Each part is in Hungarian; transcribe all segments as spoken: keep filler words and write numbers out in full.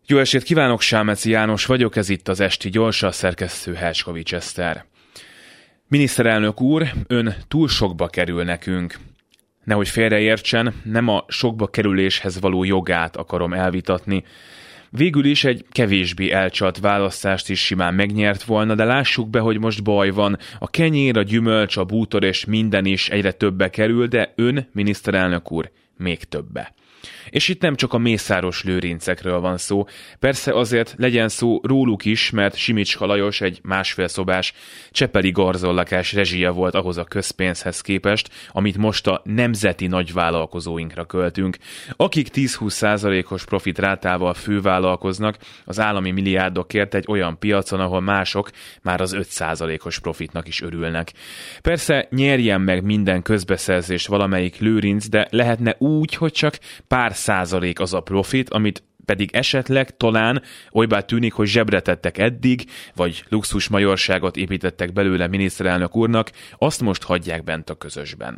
Jó estét kívánok, Sámeci János vagyok, ez itt az Esti Gyors, a szerkesztő Hercskovics Eszter. Miniszterelnök úr, ön túl sokba kerül nekünk. Nehogy félreértsen, nem a sokba kerüléshez való jogát akarom elvitatni. Végül is egy kevésbé elcsalt választást is simán megnyert volna, de lássuk be, hogy most baj van. A kenyér, a gyümölcs, a bútor és minden is egyre többe kerül, de ön, miniszterelnök úr, még többe. És itt nem csak a Mészáros Lőrincekről van szó, persze azért legyen szó róluk is, mert Simicska Lajos egy másfél szobás csepeli garzollakás rezsije volt ahhoz a közpénzhez képest, amit most a nemzeti nagyvállalkozóinkra költünk, akik tíz-húsz százalékos profit rátával fővállalkoznak az állami milliárdokért egy olyan piacon, ahol mások már az öt százalékos profitnak is örülnek. Persze nyerjen meg minden közbeszerzést valamelyik Lőrinc, de lehetne úgy, hogy csak pár százalék az a profit, amit pedig esetleg talán olybá tűnik, hogy zsebre tettek eddig, vagy luxus majorságot építettek belőle miniszterelnök úrnak, azt most hagyják bent a közösben.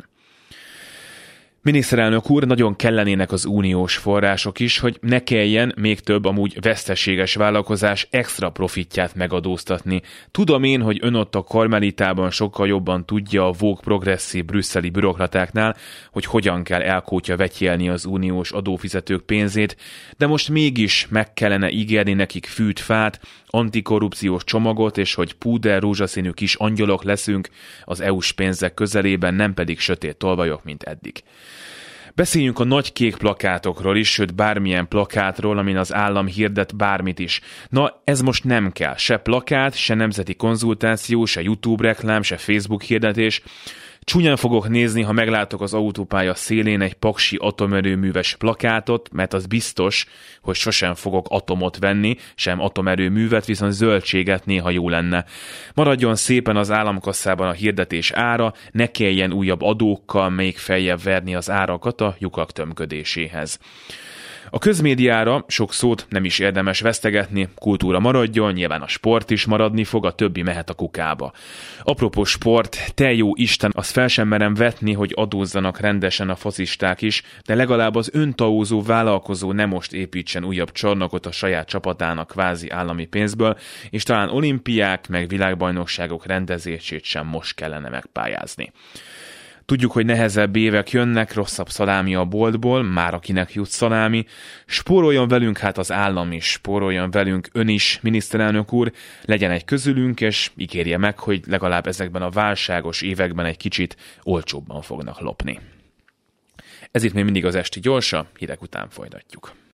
Miniszterelnök úr, nagyon kellenének az uniós források is, hogy ne kelljen még több amúgy veszteséges vállalkozás extra profitját megadóztatni. Tudom én, hogy ön ott a Karmelitában sokkal jobban tudja a vóg progresszív brüsszeli bürokratáknál, hogy hogyan kell elkótya vetyelni az uniós adófizetők pénzét, de most mégis meg kellene ígérni nekik fűt-fát, antikorrupciós csomagot, és hogy púder rózsaszínű kis angyalok leszünk az é u-s pénzek közelében, nem pedig sötét tolvajok, mint eddig. Beszéljünk a nagy kék plakátokról is, sőt bármilyen plakátról, amin az állam hirdet bármit is. Na, ez most nem kell. Se plakát, se nemzeti konzultáció, se YouTube reklám, se Facebook hirdetés. Csúnyán fogok nézni, ha meglátok az autópálya szélén egy paksi atomerőműves plakátot, mert az biztos, hogy sosem fogok atomot venni, sem atomerőművet, viszont zöldséget néha jó lenne. Maradjon szépen az államkasszában a hirdetés ára, ne kelljen újabb adókkal még feljebb verni az árakat a lyukak tömködéséhez. A közmédiára sok szót nem is érdemes vesztegetni, kultúra maradjon, nyilván a sport is maradni fog, a többi mehet a kukába. Apropó sport, te jó Isten, azt fel sem merem vetni, hogy adózzanak rendesen a focisták is, de legalább az öntaózó vállalkozó nem most építsen újabb csarnokot a saját csapatának kvázi állami pénzből, és talán olimpiák meg világbajnokságok rendezését sem most kellene megpályázni. Tudjuk, hogy nehezebb évek jönnek, rosszabb szalámi a boltból, már akinek jut szalámi. Spóroljon velünk hát az állam is, spóroljon velünk ön is, miniszterelnök úr, legyen egy közülünk, és ígérje meg, hogy legalább ezekben a válságos években egy kicsit olcsóbban fognak lopni. Ez itt még mindig az Esti Gyorsa, hírek után folytatjuk.